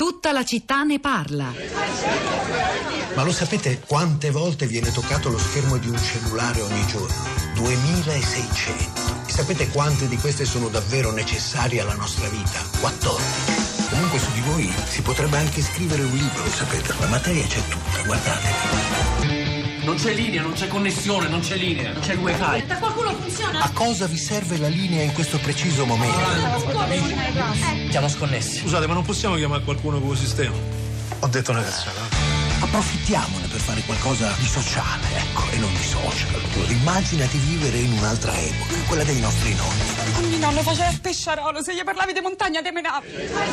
Tutta la città ne parla. Ma lo sapete quante volte viene toccato lo schermo di un cellulare ogni giorno? 2600. E sapete quante di queste sono davvero necessarie alla nostra vita? 14. Comunque su di voi si potrebbe anche scrivere un libro, sapete? La materia c'è tutta, guardatela. Non c'è linea, non c'è connessione, non c'è linea, non c'è il wifi. Da qualcuno funziona? A cosa vi serve la linea in questo preciso momento? Siamo sconnessi. Scusate, ma non possiamo chiamare qualcuno con il sistema? Ho detto una cazzata. Approfittiamone per fare qualcosa di sociale, ecco, e non di social. Immaginati vivere in un'altra epoca, quella dei nostri nonni. Mio nonno faceva il pesciarolo, se gli parlavi di montagna te menavi.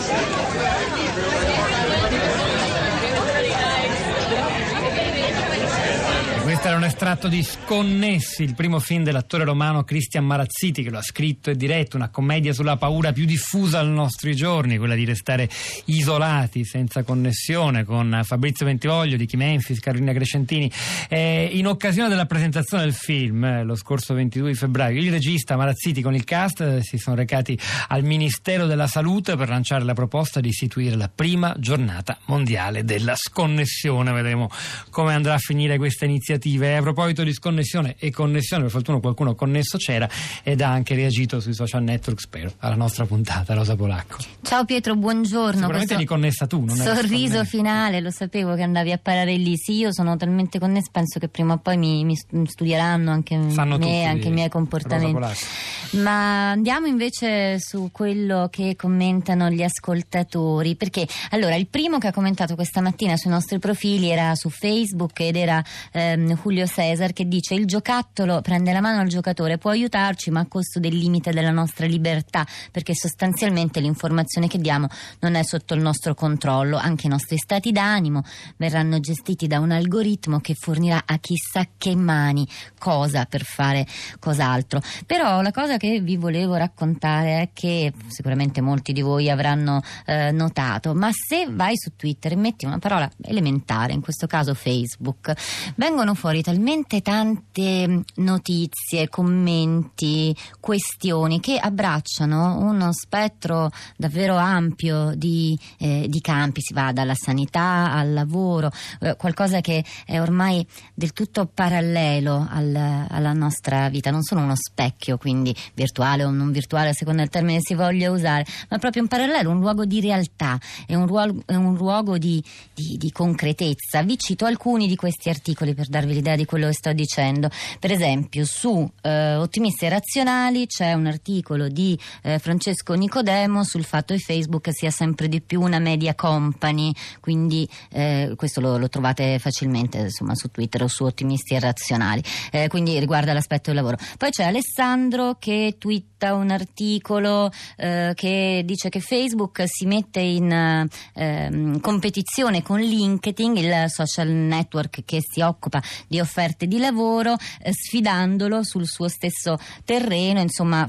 Questo era un estratto di Sconnessi, il primo film dell'attore romano Cristian Marazziti, che lo ha scritto e diretto, una commedia sulla paura più diffusa ai nostri giorni, quella di restare isolati, senza connessione, con Fabrizio Bentivoglio, Ricky Memphis, Carolina Crescentini. In occasione della presentazione del film, lo scorso 22 febbraio, il regista Marazziti con il cast si sono recati al Ministero della Salute per lanciare la proposta di istituire la prima giornata mondiale della sconnessione. Vedremo come andrà a finire questa iniziativa. E a proposito di sconnessione e connessione, per fortuna qualcuno connesso c'era ed ha anche reagito sui social network, spero, alla nostra puntata. Rosa Polacco. Ciao Pietro, buongiorno. Sicuramente eri connessa tu, non sorriso finale, lo sapevo che andavi a parare lì. Sì, io sono talmente connessa, penso che prima o poi mi studieranno anche Sanno me, tutti, anche i miei comportamenti. Ma andiamo invece su quello che commentano gli ascoltatori, perché allora il primo che ha commentato questa mattina sui nostri profili era su Facebook ed era Julio Cesar, che dice: il giocattolo prende la mano al giocatore, può aiutarci ma a costo del limite della nostra libertà, perché sostanzialmente l'informazione che diamo non è sotto il nostro controllo. Anche i nostri stati d'animo verranno gestiti da un algoritmo che fornirà a chissà che mani cosa per fare cos'altro. Però la cosa che vi volevo raccontare è che sicuramente molti di voi avranno notato, ma se vai su Twitter e metti una parola elementare, in questo caso Facebook, vengono fuori talmente tante notizie, commenti, questioni che abbracciano uno spettro davvero ampio di campi. Si va dalla sanità al lavoro, qualcosa che è ormai del tutto parallelo alla nostra vita. Non sono uno specchio, quindi virtuale o non virtuale, secondo il termine si voglia usare, ma proprio un parallelo, un luogo di realtà, è un luogo di concretezza. Vi cito alcuni di questi articoli per darvi l'idea di quello che sto dicendo. Per esempio su Ottimisti e Razionali c'è un articolo di Francesco Nicodemo sul fatto che Facebook sia sempre di più una media company, quindi questo lo trovate facilmente insomma su Twitter o su Ottimisti e Razionali, quindi riguarda l'aspetto del lavoro. Poi c'è Alessandro che twitta un articolo che dice che Facebook si mette in competizione con LinkedIn, il social network che si occupa di offerte di lavoro, sfidandolo sul suo stesso terreno. Insomma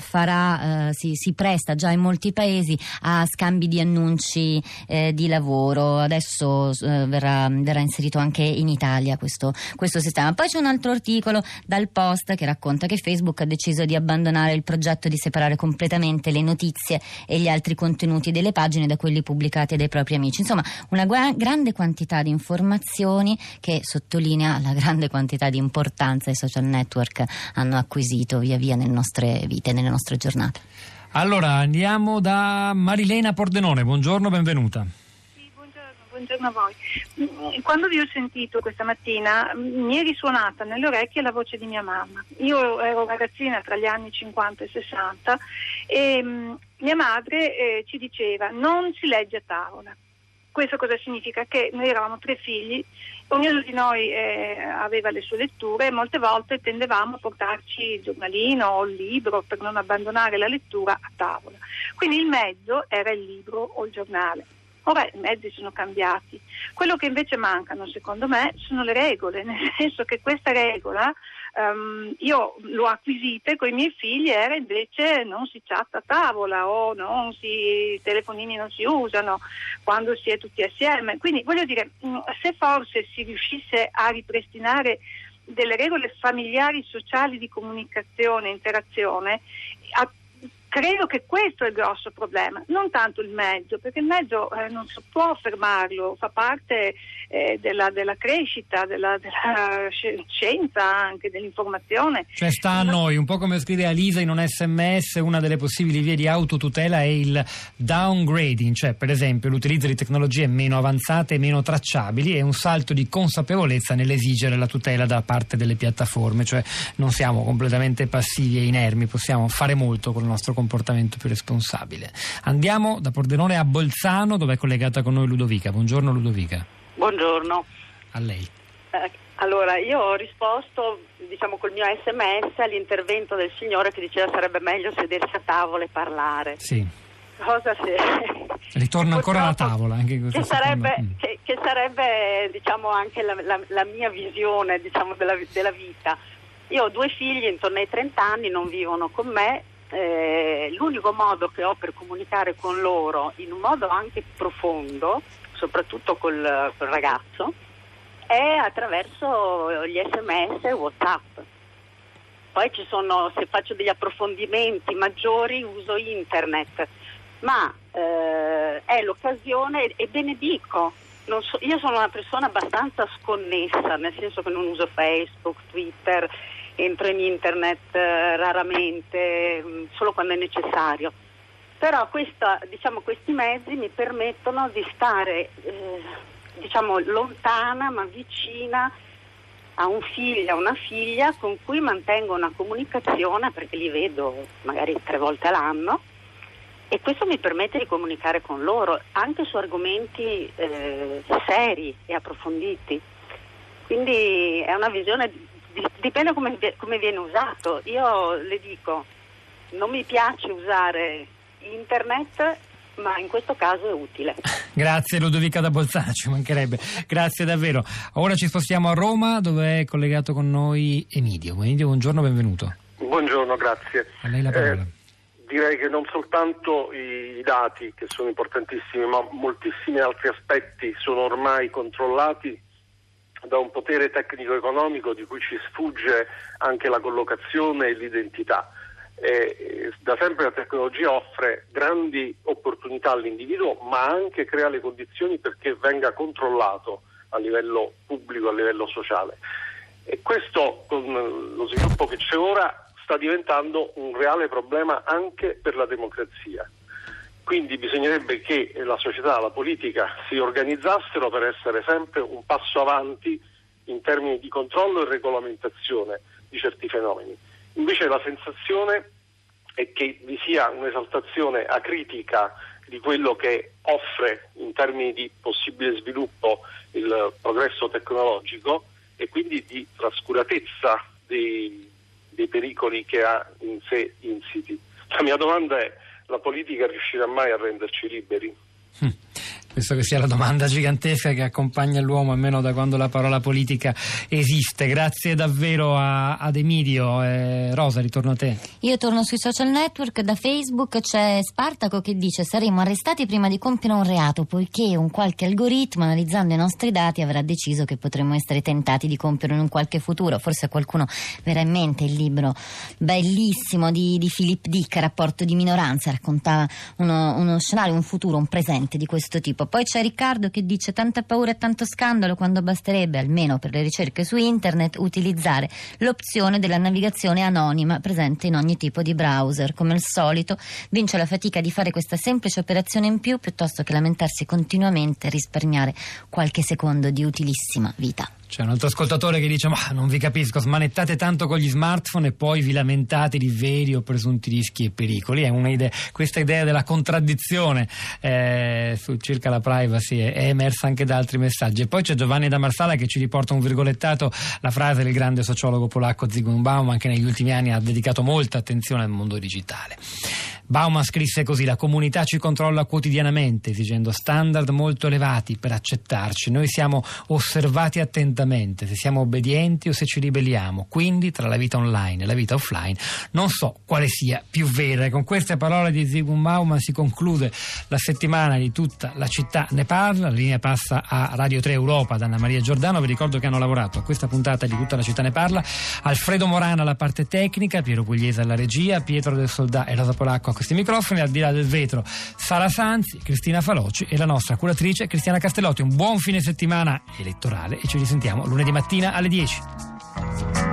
si presta già in molti paesi a scambi di annunci di lavoro. Adesso verrà inserito anche in Italia questo sistema. Poi c'è un altro articolo dal Post che racconta che Facebook ha deciso di abbandonare il progetto di separare completamente le notizie e gli altri contenuti delle pagine da quelli pubblicati dai propri amici. Insomma, una grande quantità di informazioni che sottolinea la grande quantità di importanza i social network hanno acquisito via via nelle nostre vite, nelle nostre giornate. Allora andiamo da Marilena Pordenone. Buongiorno, benvenuta. Buongiorno a voi. Quando vi ho sentito questa mattina mi è risuonata nelle orecchie la voce di mia mamma. Io ero ragazzina tra gli anni 50 e 60 e mia madre ci diceva: non si legge a tavola. Questo cosa significa? Che noi eravamo 3 figli, ognuno di noi aveva le sue letture e molte volte tendevamo a portarci il giornalino o il libro per non abbandonare la lettura a tavola. Quindi il mezzo era il libro o il giornale. Ora i mezzi sono cambiati. Quello che invece mancano, secondo me, sono le regole, nel senso che questa regola io l'ho acquisita con i miei figli, era invece non si chatta a tavola o i telefonini non si usano quando si è tutti assieme. Quindi voglio dire, se forse si riuscisse a ripristinare delle regole familiari, sociali di comunicazione, interazione, credo che questo è il grosso problema, non tanto il mezzo, perché il mezzo non si può fermarlo, fa parte della crescita, della scienza, anche dell'informazione. Cioè sta a noi, un po' come scrive Alisa in un SMS, una delle possibili vie di autotutela è il downgrading, cioè per esempio l'utilizzo di tecnologie meno avanzate e meno tracciabili e un salto di consapevolezza nell'esigere la tutela da parte delle piattaforme, cioè non siamo completamente passivi e inermi, possiamo fare molto con il nostro comportamento più responsabile. Andiamo da Pordenone a Bolzano, dove è collegata con noi Ludovica. Buongiorno Ludovica. Buongiorno. A lei. Allora, io ho risposto, col mio SMS all'intervento del signore che diceva sarebbe meglio sedersi a tavola e parlare. Sì. Cosa se... Ritorno ancora alla tavola, anche in che sarebbe anche la mia visione, della vita. Io ho 2 figli intorno ai 30 anni, non vivono con me. L'unico modo che ho per comunicare con loro in un modo anche profondo, soprattutto col ragazzo, è attraverso gli SMS e WhatsApp. Poi se faccio degli approfondimenti maggiori uso internet, ma è l'occasione e benedico. Io sono una persona abbastanza sconnessa, nel senso che non uso Facebook, Twitter, entro in internet raramente, solo quando è necessario. Però questi mezzi mi permettono di stare lontana ma vicina a un figlio, a una figlia con cui mantengo una comunicazione, perché li vedo magari 3 volte all'anno, e questo mi permette di comunicare con loro anche su argomenti seri e approfonditi. Quindi è una visione, dipende come viene usato. Io le dico, non mi piace usare internet, ma in questo caso è utile. Grazie Ludovica da Bolzano, ci mancherebbe. Grazie davvero. Ora ci spostiamo a Roma, dove è collegato con noi Emidio. Emidio, buongiorno, benvenuto. Buongiorno, grazie. A lei la parola. Direi che non soltanto i dati, che sono importantissimi, ma moltissimi altri aspetti sono ormai controllati da un potere tecnico-economico di cui ci sfugge anche la collocazione e l'identità. Da sempre la tecnologia offre grandi opportunità all'individuo, ma anche crea le condizioni perché venga controllato a livello pubblico, a livello sociale. E questo, con lo sviluppo che c'è ora, sta diventando un reale problema anche per la democrazia. Quindi bisognerebbe che la società, la politica si organizzassero per essere sempre un passo avanti in termini di controllo e regolamentazione di certi fenomeni. Invece la sensazione è che vi sia un'esaltazione acritica di quello che offre in termini di possibile sviluppo il progresso tecnologico e quindi di trascuratezza dei pericoli che ha in sé insiti. La mia domanda è: la politica riuscirà mai a renderci liberi? Penso che sia la domanda gigantesca che accompagna l'uomo, almeno da quando la parola politica esiste. Grazie davvero ad Emidio. Rosa, ritorno a te. Io torno sui social network. Da Facebook c'è Spartaco che dice: saremo arrestati prima di compiere un reato, poiché un qualche algoritmo, analizzando i nostri dati, avrà deciso che potremmo essere tentati di compiere in un qualche futuro. Forse a qualcuno verrà in mente il libro bellissimo di Philip Dick, Rapporto di minoranza. Raccontava uno scenario, un futuro, un presente di questo tipo. Poi c'è Riccardo che dice: tanta paura e tanto scandalo, quando basterebbe, almeno per le ricerche su internet, utilizzare l'opzione della navigazione anonima presente in ogni tipo di browser. Come al solito vince la fatica di fare questa semplice operazione in più, piuttosto che lamentarsi continuamente e risparmiare qualche secondo di utilissima vita. C'è un altro ascoltatore che dice: ma non vi capisco, smanettate tanto con gli smartphone e poi vi lamentate di veri o presunti rischi e pericoli. È questa idea della contraddizione circa la privacy è emersa anche da altri messaggi. E poi c'è Giovanni da Marsala che ci riporta un virgolettato la frase del grande sociologo polacco Zygmunt Bauman, che negli ultimi anni ha dedicato molta attenzione al mondo digitale. Bauman scrisse così: la comunità ci controlla quotidianamente, esigendo standard molto elevati per accettarci. Noi siamo osservati attentamente, se siamo obbedienti o se ci ribelliamo. Quindi tra la vita online e la vita offline non so quale sia più vera. E con queste parole di Zygmunt Bauman si conclude la settimana di Tutta la città ne parla. La linea passa a Radio 3 Europa da Anna Maria Giordano. Vi ricordo che hanno lavorato a questa puntata di Tutta la città ne parla Alfredo Morana alla parte tecnica, Piero Pugliese alla regia, Pietro del Soldà e Rosa Polacco questi microfoni, al di là del vetro Sara Sanzi, Cristina Faloci e la nostra curatrice Cristiana Castellotti. Un buon fine settimana elettorale e ci risentiamo lunedì mattina alle 10.